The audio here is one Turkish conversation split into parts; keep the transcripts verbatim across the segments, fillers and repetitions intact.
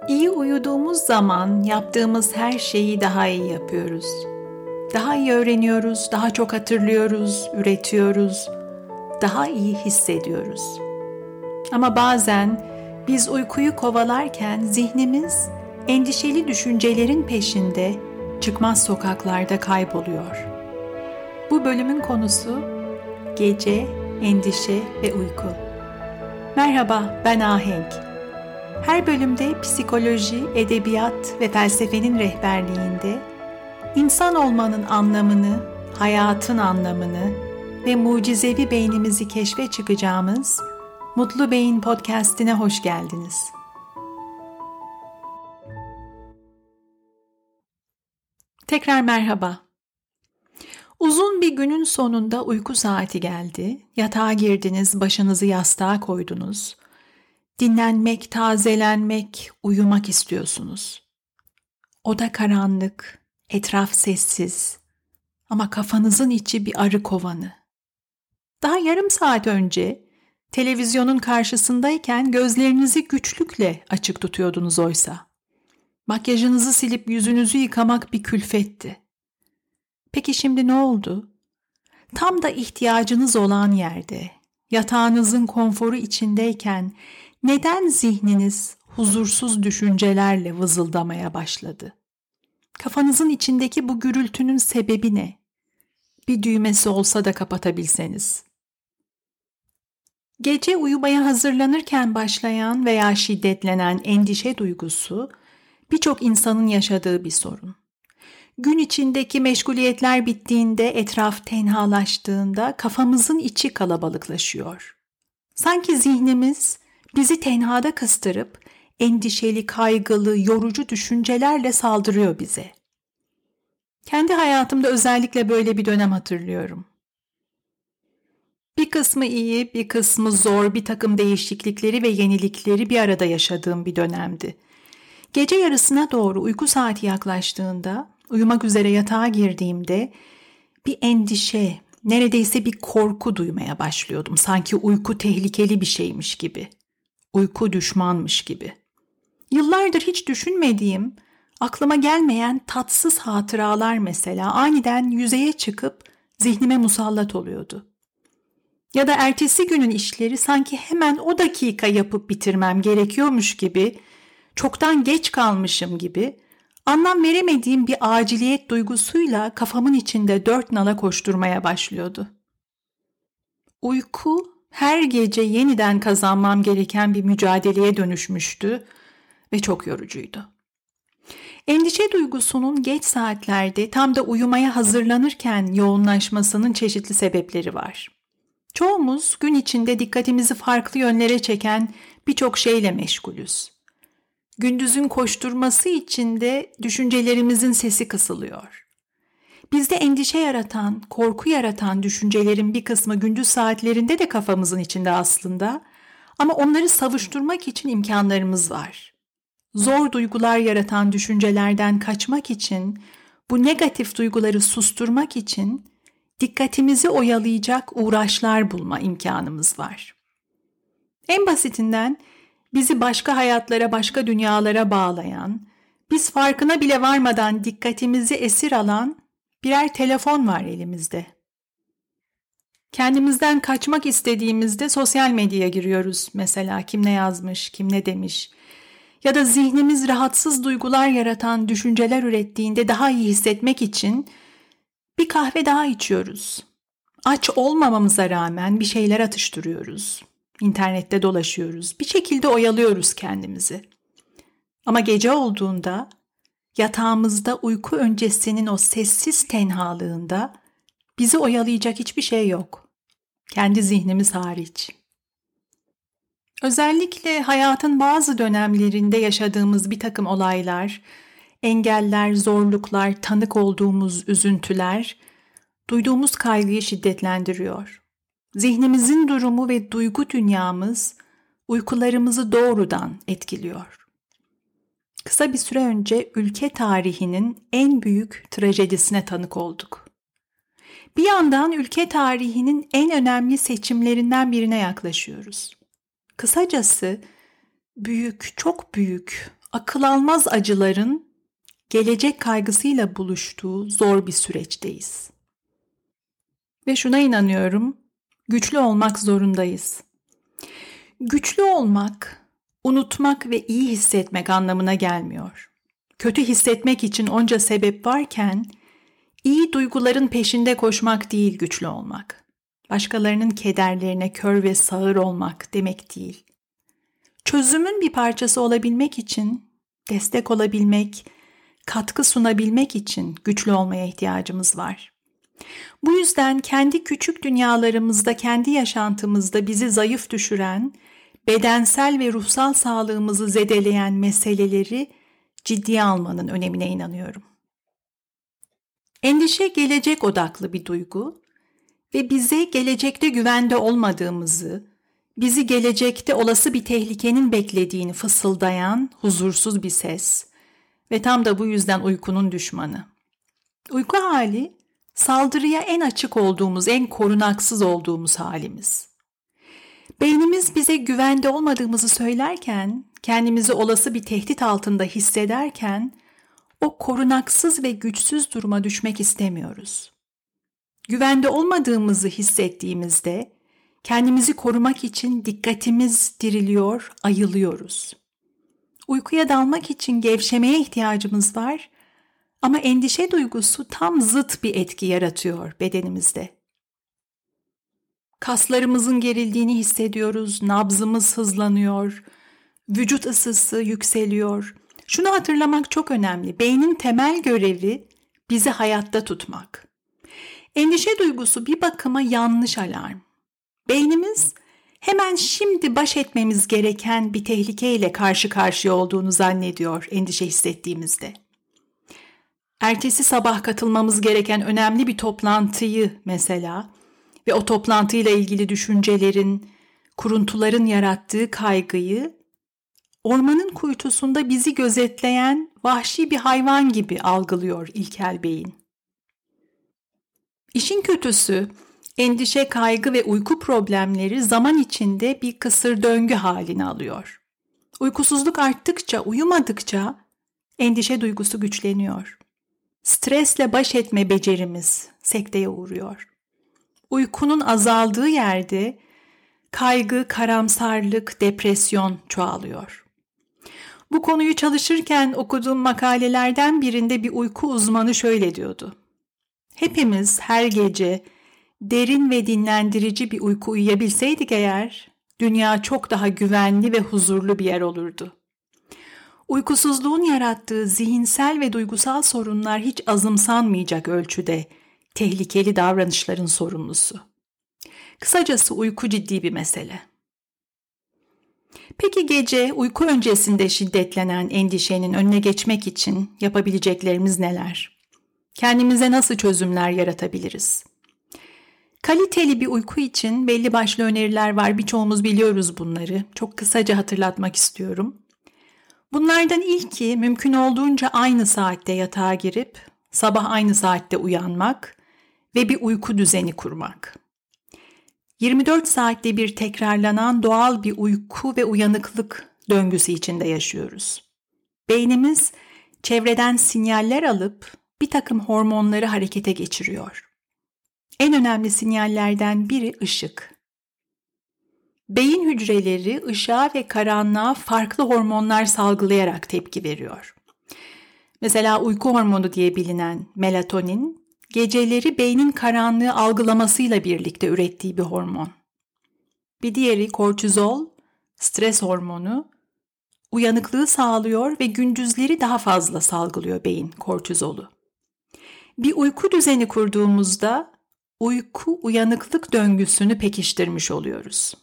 İyi uyuduğumuz zaman yaptığımız her şeyi daha iyi yapıyoruz. Daha iyi öğreniyoruz, daha çok hatırlıyoruz, üretiyoruz, daha iyi hissediyoruz. Ama bazen biz uykuyu kovalarken zihnimiz endişeli düşüncelerin peşinde çıkmaz sokaklarda kayboluyor. Bu bölümün konusu gece, endişe ve uyku. Merhaba, ben Ahenk. Her bölümde psikoloji, edebiyat ve felsefenin rehberliğinde insan olmanın anlamını, hayatın anlamını ve mucizevi beynimizi keşfe çıkacağımız Mutlu Beyin Podcast'ine hoş geldiniz. Tekrar merhaba. Uzun bir günün sonunda uyku saati geldi. Yatağa girdiniz, başınızı yastığa koydunuz. Dinlenmek, tazelenmek, uyumak istiyorsunuz. Oda karanlık, etraf sessiz ama kafanızın içi bir arı kovanı. Daha yarım saat önce televizyonun karşısındayken gözlerinizi güçlükle açık tutuyordunuz oysa. Makyajınızı silip yüzünüzü yıkamak bir külfetti. Peki şimdi ne oldu? Tam da ihtiyacınız olan yerde, yatağınızın konforu içindeyken neden zihniniz huzursuz düşüncelerle vızıldamaya başladı? Kafanızın içindeki bu gürültünün sebebi ne? Bir düğmesi olsa da kapatabilseniz. Gece uyumaya hazırlanırken başlayan veya şiddetlenen endişe duygusu birçok insanın yaşadığı bir sorun. Gün içindeki meşguliyetler bittiğinde, etraf tenhalaştığında kafamızın içi kalabalıklaşıyor. Sanki zihnimiz bizi tenhada kıstırıp endişeli, kaygılı, yorucu düşüncelerle saldırıyor bize. Kendi hayatımda özellikle böyle bir dönem hatırlıyorum. Bir kısmı iyi, bir kısmı zor, bir takım değişiklikleri ve yenilikleri bir arada yaşadığım bir dönemdi. Gece yarısına doğru uyku saati yaklaştığında, uyumak üzere yatağa girdiğimde bir endişe, neredeyse bir korku duymaya başlıyordum. Sanki uyku tehlikeli bir şeymiş gibi. Uyku düşmanmış gibi. Yıllardır hiç düşünmediğim, aklıma gelmeyen tatsız hatıralar mesela aniden yüzeye çıkıp zihnime musallat oluyordu. Ya da ertesi günün işleri sanki hemen o dakika yapıp bitirmem gerekiyormuş gibi, çoktan geç kalmışım gibi, anlam veremediğim bir aciliyet duygusuyla kafamın içinde dört nala koşturmaya başlıyordu. Uyku her gece yeniden kazanmam gereken bir mücadeleye dönüşmüştü ve çok yorucuydu. Endişe duygusunun geç saatlerde tam da uyumaya hazırlanırken yoğunlaşmasının çeşitli sebepleri var. Çoğumuz gün içinde dikkatimizi farklı yönlere çeken birçok şeyle meşgulüz. Gündüzün koşturması içinde düşüncelerimizin sesi kısılıyor. Bizde endişe yaratan, korku yaratan düşüncelerin bir kısmı gündüz saatlerinde de kafamızın içinde aslında, ama onları savuşturmak için imkanlarımız var. Zor duygular yaratan düşüncelerden kaçmak için, bu negatif duyguları susturmak için dikkatimizi oyalayacak uğraşlar bulma imkanımız var. En basitinden bizi başka hayatlara, başka dünyalara bağlayan, biz farkına bile varmadan dikkatimizi esir alan birer telefon var elimizde. Kendimizden kaçmak istediğimizde sosyal medyaya giriyoruz. Mesela kim ne yazmış, kim ne demiş. Ya da zihnimiz rahatsız duygular yaratan düşünceler ürettiğinde daha iyi hissetmek için bir kahve daha içiyoruz. Aç olmamamıza rağmen bir şeyler atıştırıyoruz. İnternette dolaşıyoruz. Bir şekilde oyalıyoruz kendimizi. Ama gece olduğunda, yatağımızda uyku öncesinin o sessiz tenhalığında bizi oyalayacak hiçbir şey yok. Kendi zihnimiz hariç. Özellikle hayatın bazı dönemlerinde yaşadığımız bir takım olaylar, engeller, zorluklar, tanık olduğumuz üzüntüler, duyduğumuz kaygıyı şiddetlendiriyor. Zihnimizin durumu ve duygu dünyamız uykularımızı doğrudan etkiliyor. Kısa bir süre önce ülke tarihinin en büyük trajedisine tanık olduk. Bir yandan ülke tarihinin en önemli seçimlerinden birine yaklaşıyoruz. Kısacası büyük, çok büyük, akıl almaz acıların gelecek kaygısıyla buluştuğu zor bir süreçteyiz. Ve şuna inanıyorum, güçlü olmak zorundayız. Güçlü olmak, unutmak ve iyi hissetmek anlamına gelmiyor. Kötü hissetmek için onca sebep varken, iyi duyguların peşinde koşmak değil güçlü olmak. Başkalarının kederlerine kör ve sağır olmak demek değil. Çözümün bir parçası olabilmek için, destek olabilmek, katkı sunabilmek için güçlü olmaya ihtiyacımız var. Bu yüzden kendi küçük dünyalarımızda, kendi yaşantımızda bizi zayıf düşüren, bedensel ve ruhsal sağlığımızı zedeleyen meseleleri ciddiye almanın önemine inanıyorum. Endişe gelecek odaklı bir duygu ve bize gelecekte güvende olmadığımızı, bizi gelecekte olası bir tehlikenin beklediğini fısıldayan huzursuz bir ses ve tam da bu yüzden uykunun düşmanı. Uyku hali, saldırıya en açık olduğumuz, en korunaksız olduğumuz halimiz. Beynimiz bize güvende olmadığımızı söylerken, kendimizi olası bir tehdit altında hissederken, o korunaksız ve güçsüz duruma düşmek istemiyoruz. Güvende olmadığımızı hissettiğimizde, kendimizi korumak için dikkatimiz diriliyor, ayılıyoruz. Uykuya dalmak için gevşemeye ihtiyacımız var ama endişe duygusu tam zıt bir etki yaratıyor bedenimizde. Kaslarımızın gerildiğini hissediyoruz, nabzımız hızlanıyor, vücut ısısı yükseliyor. Şunu hatırlamak çok önemli, beynin temel görevi bizi hayatta tutmak. Endişe duygusu bir bakıma yanlış alarm. Beynimiz hemen şimdi baş etmemiz gereken bir tehlikeyle karşı karşıya olduğunu zannediyor endişe hissettiğimizde. Ertesi sabah katılmamız gereken önemli bir toplantıyı mesela ve o toplantıyla ilgili düşüncelerin, kuruntuların yarattığı kaygıyı ormanın kuytusunda bizi gözetleyen vahşi bir hayvan gibi algılıyor ilkel beyin. İşin kötüsü, endişe, kaygı ve uyku problemleri zaman içinde bir kısır döngü halini alıyor. Uykusuzluk arttıkça, uyumadıkça endişe duygusu güçleniyor. Stresle baş etme becerimiz sekteye uğruyor. Uykunun azaldığı yerde kaygı, karamsarlık, depresyon çoğalıyor. Bu konuyu çalışırken okuduğum makalelerden birinde bir uyku uzmanı şöyle diyordu. Hepimiz her gece derin ve dinlendirici bir uyku uyuyabilseydik eğer, dünya çok daha güvenli ve huzurlu bir yer olurdu. Uykusuzluğun yarattığı zihinsel ve duygusal sorunlar hiç azımsanmayacak ölçüde tehlikeli davranışların sorumlusu. Kısacası uyku ciddi bir mesele. Peki gece uyku öncesinde şiddetlenen endişenin önüne geçmek için yapabileceklerimiz neler? Kendimize nasıl çözümler yaratabiliriz? Kaliteli bir uyku için belli başlı öneriler var. Birçoğumuz biliyoruz bunları. Çok kısaca hatırlatmak istiyorum. Bunlardan ilki mümkün olduğunca aynı saatte yatağa girip sabah aynı saatte uyanmak ve bir uyku düzeni kurmak. yirmi dört saatte bir tekrarlanan doğal bir uyku ve uyanıklık döngüsü içinde yaşıyoruz. Beynimiz çevreden sinyaller alıp bir takım hormonları harekete geçiriyor. En önemli sinyallerden biri ışık. Beyin hücreleri ışığa ve karanlığa farklı hormonlar salgılayarak tepki veriyor. Mesela uyku hormonu diye bilinen melatonin, geceleri beynin karanlığı algılamasıyla birlikte ürettiği bir hormon. Bir diğeri kortizol, stres hormonu, uyanıklığı sağlıyor ve gündüzleri daha fazla salgılıyor beyin kortizolu. Bir uyku düzeni kurduğumuzda uyku uyanıklık döngüsünü pekiştirmiş oluyoruz.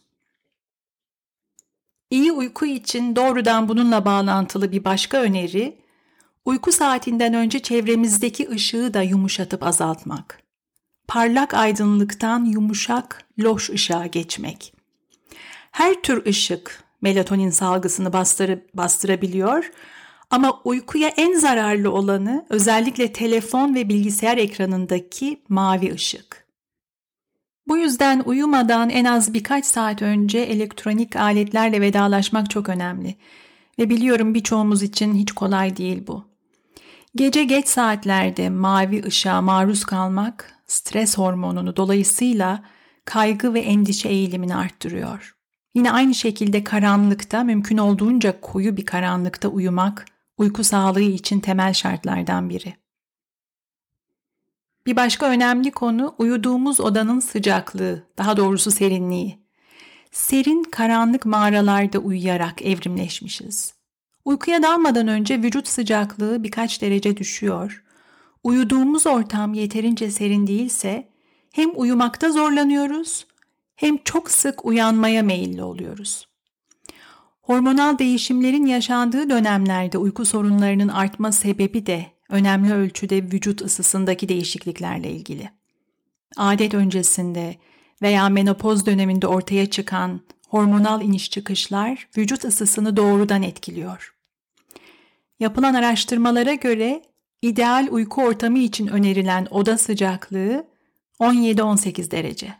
İyi uyku için doğrudan bununla bağlantılı bir başka öneri, uyku saatinden önce çevremizdeki ışığı da yumuşatıp azaltmak. Parlak aydınlıktan yumuşak, loş ışığa geçmek. Her tür ışık melatonin salgısını bastırı, bastırabiliyor ama uykuya en zararlı olanı özellikle telefon ve bilgisayar ekranındaki mavi ışık. Bu yüzden uyumadan en az birkaç saat önce elektronik aletlerle vedalaşmak çok önemli. Ve biliyorum birçoğumuz için hiç kolay değil bu. Gece geç saatlerde mavi ışığa maruz kalmak, stres hormonunu dolayısıyla kaygı ve endişe eğilimini arttırıyor. Yine aynı şekilde karanlıkta, mümkün olduğunca koyu bir karanlıkta uyumak, uyku sağlığı için temel şartlardan biri. Bir başka önemli konu uyuduğumuz odanın sıcaklığı, daha doğrusu serinliği. Serin, karanlık mağaralarda uyuyarak evrimleşmişiz. Uykuya dalmadan önce vücut sıcaklığı birkaç derece düşüyor. Uyuduğumuz ortam yeterince serin değilse hem uyumakta zorlanıyoruz hem çok sık uyanmaya meyilli oluyoruz. Hormonal değişimlerin yaşandığı dönemlerde uyku sorunlarının artma sebebi de önemli ölçüde vücut ısısındaki değişikliklerle ilgili. Adet öncesinde veya menopoz döneminde ortaya çıkan hormonal iniş çıkışlar vücut ısısını doğrudan etkiliyor. Yapılan araştırmalara göre ideal uyku ortamı için önerilen oda sıcaklığı on yedi on sekiz derece.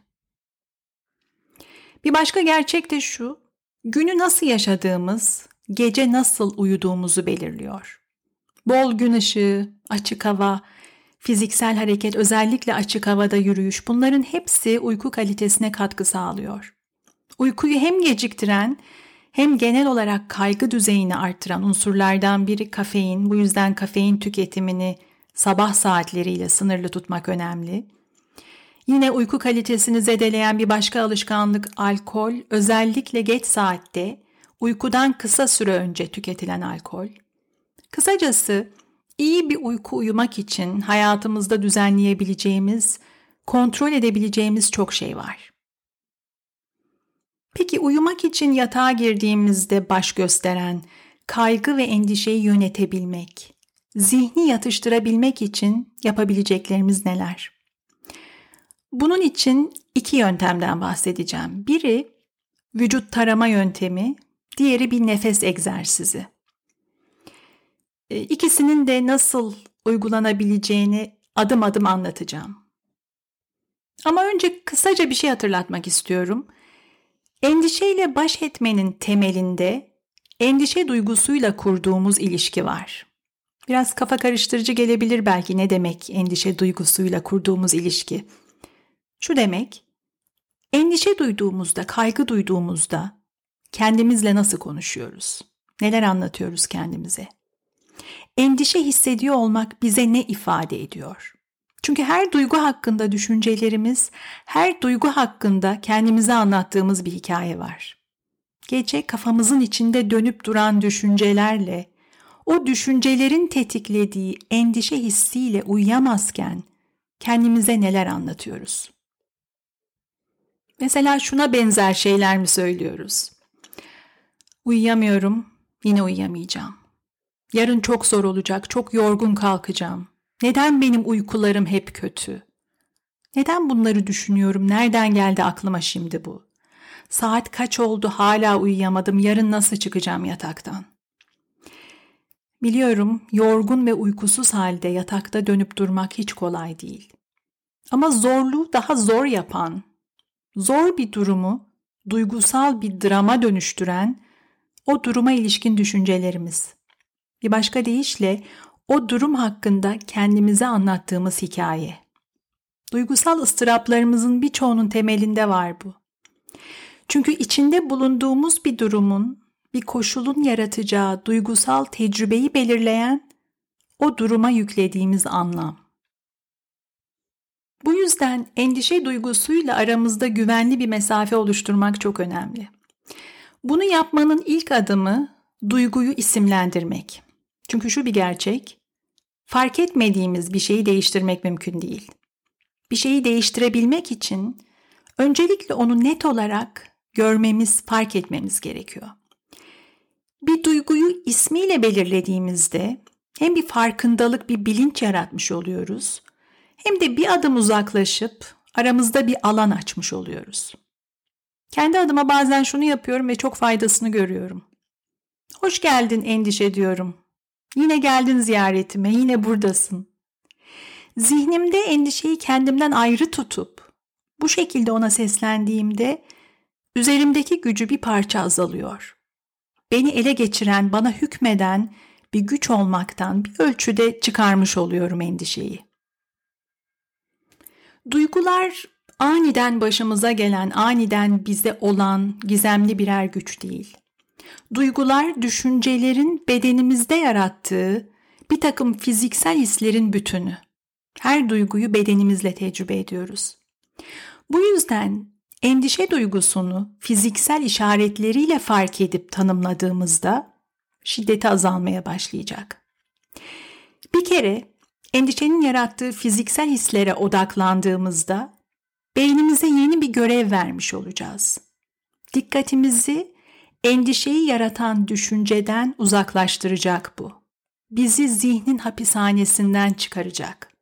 Bir başka gerçek de şu, günü nasıl yaşadığımız, gece nasıl uyuduğumuzu belirliyor. Bol gün ışığı, açık hava, fiziksel hareket, özellikle açık havada yürüyüş, bunların hepsi uyku kalitesine katkı sağlıyor. Uykuyu hem geciktiren hem genel olarak kaygı düzeyini artıran unsurlardan biri kafein. Bu yüzden kafein tüketimini sabah saatleriyle sınırlı tutmak önemli. Yine uyku kalitesini zedeleyen bir başka alışkanlık alkol, özellikle geç saatte uykudan kısa süre önce tüketilen alkol. Kısacası iyi bir uyku uyumak için hayatımızda düzenleyebileceğimiz, kontrol edebileceğimiz çok şey var. Peki uyumak için yatağa girdiğimizde baş gösteren kaygı ve endişeyi yönetebilmek, zihni yatıştırabilmek için yapabileceklerimiz neler? Bunun için iki yöntemden bahsedeceğim. Biri vücut tarama yöntemi, diğeri bir nefes egzersizi. İkisinin de nasıl uygulanabileceğini adım adım anlatacağım. Ama önce kısaca bir şey hatırlatmak istiyorum. Endişeyle baş etmenin temelinde endişe duygusuyla kurduğumuz ilişki var. Biraz kafa karıştırıcı gelebilir belki ne demek endişe duygusuyla kurduğumuz ilişki. Şu demek, endişe duyduğumuzda, kaygı duyduğumuzda kendimizle nasıl konuşuyoruz? Neler anlatıyoruz kendimize? Endişe hissediyor olmak bize ne ifade ediyor? Çünkü her duygu hakkında düşüncelerimiz, her duygu hakkında kendimize anlattığımız bir hikaye var. Gece kafamızın içinde dönüp duran düşüncelerle, o düşüncelerin tetiklediği endişe hissiyle uyuyamazken kendimize neler anlatıyoruz? Mesela şuna benzer şeyler mi söylüyoruz? Uyuyamıyorum, yine uyuyamayacağım. Yarın çok zor olacak, çok yorgun kalkacağım. Neden benim uykularım hep kötü? Neden bunları düşünüyorum? Nereden geldi aklıma şimdi bu? Saat kaç oldu hala uyuyamadım, yarın nasıl çıkacağım yataktan? Biliyorum, yorgun ve uykusuz halde yatakta dönüp durmak hiç kolay değil. Ama zorluğu daha zor yapan, zor bir durumu duygusal bir drama dönüştüren o duruma ilişkin düşüncelerimiz. Bir başka deyişle o durum hakkında kendimize anlattığımız hikaye. Duygusal ıstıraplarımızın birçoğunun temelinde var bu. Çünkü içinde bulunduğumuz bir durumun, bir koşulun yaratacağı duygusal tecrübeyi belirleyen o duruma yüklediğimiz anlam. Bu yüzden endişe duygusuyla aramızda güvenli bir mesafe oluşturmak çok önemli. Bunu yapmanın ilk adımı duyguyu isimlendirmek. Çünkü şu bir gerçek, fark etmediğimiz bir şeyi değiştirmek mümkün değil. Bir şeyi değiştirebilmek için öncelikle onu net olarak görmemiz, fark etmemiz gerekiyor. Bir duyguyu ismiyle belirlediğimizde hem bir farkındalık, bir bilinç yaratmış oluyoruz, hem de bir adım uzaklaşıp aramızda bir alan açmış oluyoruz. Kendi adıma bazen şunu yapıyorum ve çok faydasını görüyorum. Hoş geldin endişe diyorum. Yine geldin ziyaretime, yine buradasın. Zihnimde endişeyi kendimden ayrı tutup bu şekilde ona seslendiğimde üzerimdeki gücü bir parça azalıyor. beni ele geçiren, bana hükmeden bir güç olmaktan bir ölçüde çıkarmış oluyorum endişeyi. Duygular aniden başımıza gelen, aniden bize olan gizemli birer güç değil. Duygular düşüncelerin bedenimizde yarattığı bir takım fiziksel hislerin bütünü. Her duyguyu bedenimizle tecrübe ediyoruz. Bu yüzden endişe duygusunu fiziksel işaretleriyle fark edip tanımladığımızda şiddeti azalmaya başlayacak. Bir kere endişenin yarattığı fiziksel hislere odaklandığımızda beynimize yeni bir görev vermiş olacağız. Dikkatimizi endişeyi yaratan düşünceden uzaklaştıracak bu. Bizi zihnin hapishanesinden çıkaracak.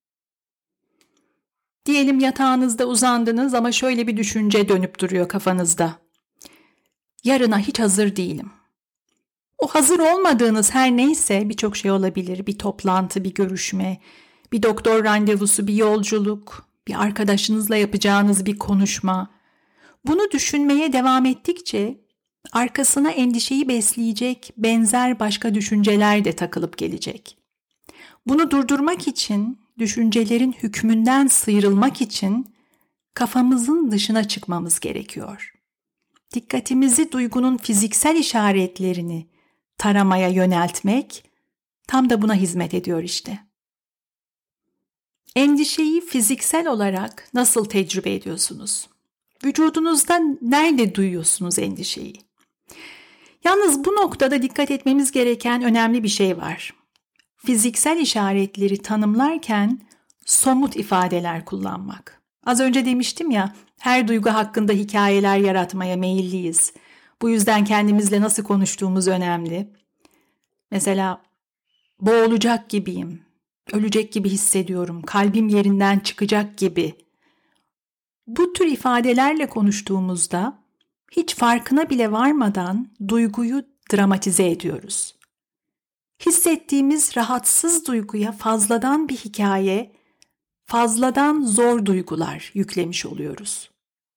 Diyelim yatağınızda uzandınız ama şöyle bir düşünce dönüp duruyor kafanızda. Yarına hiç hazır değilim. O hazır olmadığınız her neyse birçok şey olabilir. Bir toplantı, bir görüşme, bir doktor randevusu, bir yolculuk, bir arkadaşınızla yapacağınız bir konuşma. Bunu düşünmeye devam ettikçe arkasına endişeyi besleyecek benzer başka düşünceler de takılıp gelecek. Bunu durdurmak için, düşüncelerin hükmünden sıyrılmak için kafamızın dışına çıkmamız gerekiyor. Dikkatimizi duygunun fiziksel işaretlerini taramaya yöneltmek tam da buna hizmet ediyor işte. Endişeyi fiziksel olarak nasıl tecrübe ediyorsunuz? Vücudunuzda nerede duyuyorsunuz endişeyi? Yalnız bu noktada dikkat etmemiz gereken önemli bir şey var. Fiziksel işaretleri tanımlarken somut ifadeler kullanmak. Az önce demiştim ya, her duygu hakkında hikayeler yaratmaya meyilliyiz. Bu yüzden kendimizle nasıl konuştuğumuz önemli. Mesela boğulacak gibiyim, ölecek gibi hissediyorum, kalbim yerinden çıkacak gibi. Bu tür ifadelerle konuştuğumuzda hiç farkına bile varmadan duyguyu dramatize ediyoruz. Hissettiğimiz rahatsız duyguya fazladan bir hikaye, fazladan zor duygular yüklemiş oluyoruz.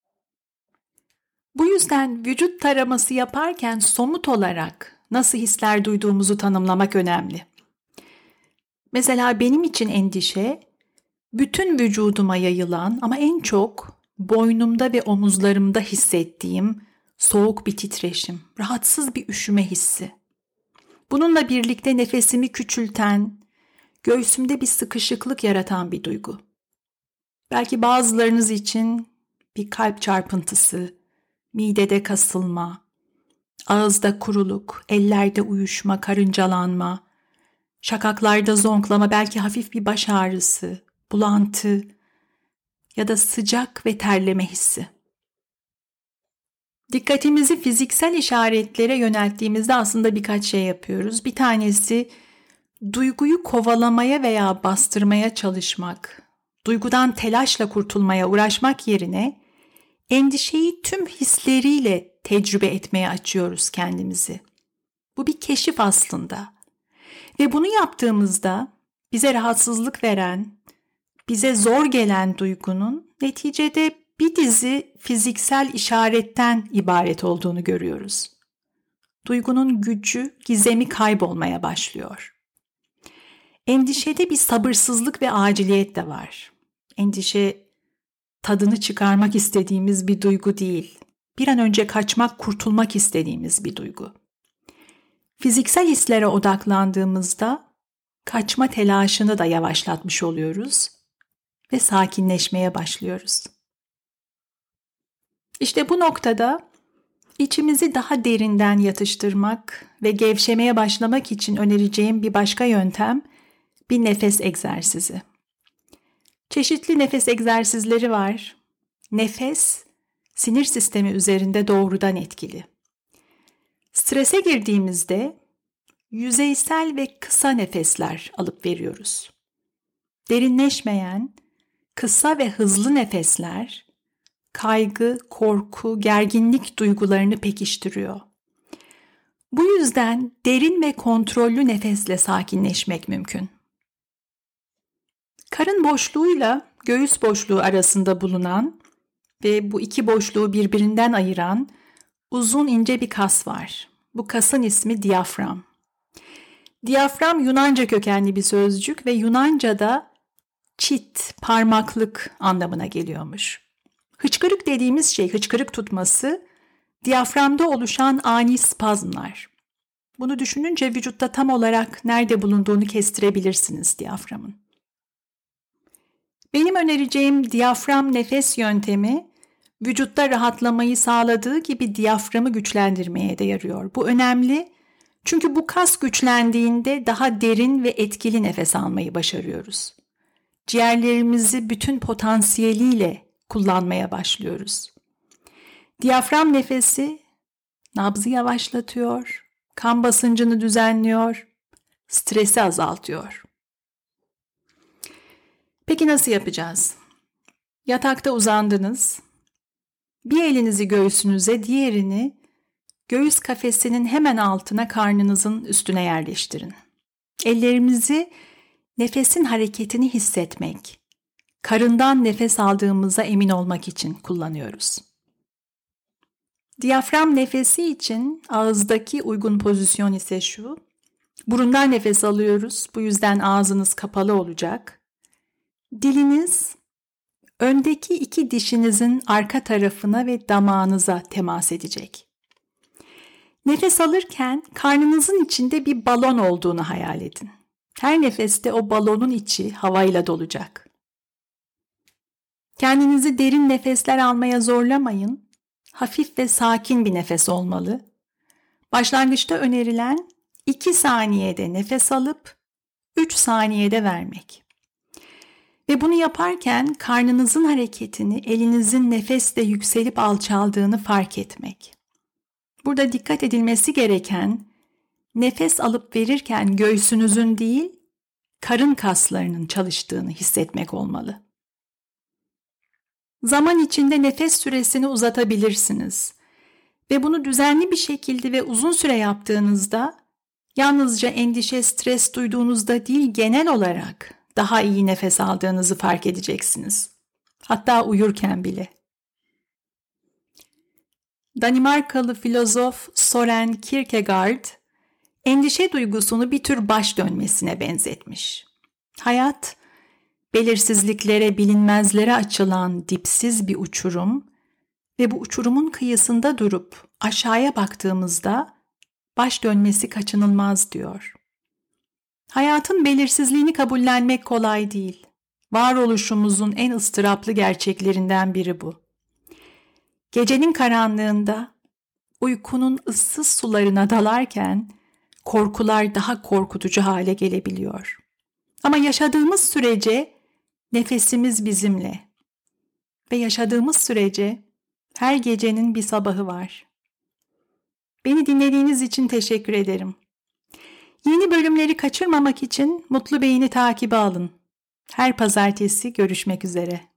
Bu yüzden vücut taraması yaparken somut olarak nasıl hisler duyduğumuzu tanımlamak önemli. Mesela benim için endişe, bütün vücuduma yayılan ama en çok boynumda ve omuzlarımda hissettiğim soğuk bir titreşim, rahatsız bir üşüme hissi. Bununla birlikte nefesimi küçülten, göğsümde bir sıkışıklık yaratan bir duygu. Belki bazılarınız için bir kalp çarpıntısı, midede kasılma, ağızda kuruluk, ellerde uyuşma, karıncalanma, şakaklarda zonklama, belki hafif bir baş ağrısı, bulantı ya da sıcak ve terleme hissi. Dikkatimizi fiziksel işaretlere yönelttiğimizde aslında birkaç şey yapıyoruz. Bir tanesi duyguyu kovalamaya veya bastırmaya çalışmak, duygudan telaşla kurtulmaya uğraşmak yerine endişeyi tüm hisleriyle tecrübe etmeye açıyoruz kendimizi. Bu bir keşif aslında. Ve bunu yaptığımızda bize rahatsızlık veren, bize zor gelen duygunun neticede bir dizi fiziksel işaretten ibaret olduğunu görüyoruz. Duygunun gücü, gizemi kaybolmaya başlıyor. Endişede bir sabırsızlık ve aciliyet de var. Endişe tadını çıkarmak istediğimiz bir duygu değil. Bir an önce kaçmak, kurtulmak istediğimiz bir duygu. Fiziksel hislere odaklandığımızda kaçma telaşını da yavaşlatmış oluyoruz ve sakinleşmeye başlıyoruz. İşte bu noktada içimizi daha derinden yatıştırmak ve gevşemeye başlamak için önereceğim bir başka yöntem bir nefes egzersizi. Çeşitli nefes egzersizleri var. Nefes, sinir sistemi üzerinde doğrudan etkili. Strese girdiğimizde yüzeysel ve kısa nefesler alıp veriyoruz. Derinleşmeyen, kısa ve hızlı nefesler, kaygı, korku, gerginlik duygularını pekiştiriyor. Bu yüzden derin ve kontrollü nefesle sakinleşmek mümkün. Karın boşluğuyla göğüs boşluğu arasında bulunan ve bu iki boşluğu birbirinden ayıran uzun ince bir kas var. Bu kasın ismi diyafram. Diyafram Yunanca kökenli bir sözcük ve Yunanca'da çit, parmaklık anlamına geliyormuş. Hıçkırık dediğimiz şey, hıçkırık tutması, diyaframda oluşan ani spazmlar. Bunu düşününce vücutta tam olarak nerede bulunduğunu kestirebilirsiniz diyaframın. Benim önereceğim diyafram nefes yöntemi, vücutta rahatlamayı sağladığı gibi diyaframı güçlendirmeye de yarıyor. Bu önemli çünkü bu kas güçlendiğinde daha derin ve etkili nefes almayı başarıyoruz. Ciğerlerimizi bütün potansiyeliyle kullanmaya başlıyoruz. Diyafram nefesi nabzı yavaşlatıyor, kan basıncını düzenliyor, stresi azaltıyor. Peki nasıl yapacağız? Yatakta uzandınız. Bir elinizi göğsünüze, diğerini göğüs kafesinin hemen altına, karnınızın üstüne yerleştirin. Ellerimizi nefesin hareketini hissetmek, karından nefes aldığımıza emin olmak için kullanıyoruz. Diyafram nefesi için ağızdaki uygun pozisyon ise şu: burundan nefes alıyoruz, bu yüzden ağzınız kapalı olacak. Diliniz öndeki iki dişinizin arka tarafına ve damağınıza temas edecek. Nefes alırken karnınızın içinde bir balon olduğunu hayal edin. Her nefeste o balonun içi havayla dolacak. Kendinizi derin nefesler almaya zorlamayın. Hafif ve sakin bir nefes olmalı. Başlangıçta önerilen iki saniyede nefes alıp üç saniyede vermek. Ve bunu yaparken karnınızın hareketini, elinizin nefesle yükselip alçaldığını fark etmek. Burada dikkat edilmesi gereken, nefes alıp verirken göğsünüzün değil, karın kaslarının çalıştığını hissetmek olmalı. Zaman içinde nefes süresini uzatabilirsiniz ve bunu düzenli bir şekilde ve uzun süre yaptığınızda yalnızca endişe, stres duyduğunuzda değil, genel olarak daha iyi nefes aldığınızı fark edeceksiniz. Hatta uyurken bile. Danimarkalı filozof Søren Kierkegaard, endişe duygusunu bir tür baş dönmesine benzetmiş. Hayat, belirsizliklere, bilinmezlere açılan dipsiz bir uçurum ve bu uçurumun kıyısında durup aşağıya baktığımızda baş dönmesi kaçınılmaz diyor. Hayatın belirsizliğini kabullenmek kolay değil. Varoluşumuzun en ıstıraplı gerçeklerinden biri bu. Gecenin karanlığında, uykunun ıssız sularına dalarken korkular daha korkutucu hale gelebiliyor. Ama yaşadığımız sürece nefesimiz bizimle ve yaşadığımız sürece her gecenin bir sabahı var. Beni dinlediğiniz için teşekkür ederim. Yeni bölümleri kaçırmamak için Mutlu Beyin'i takibe alın. Her pazartesi görüşmek üzere.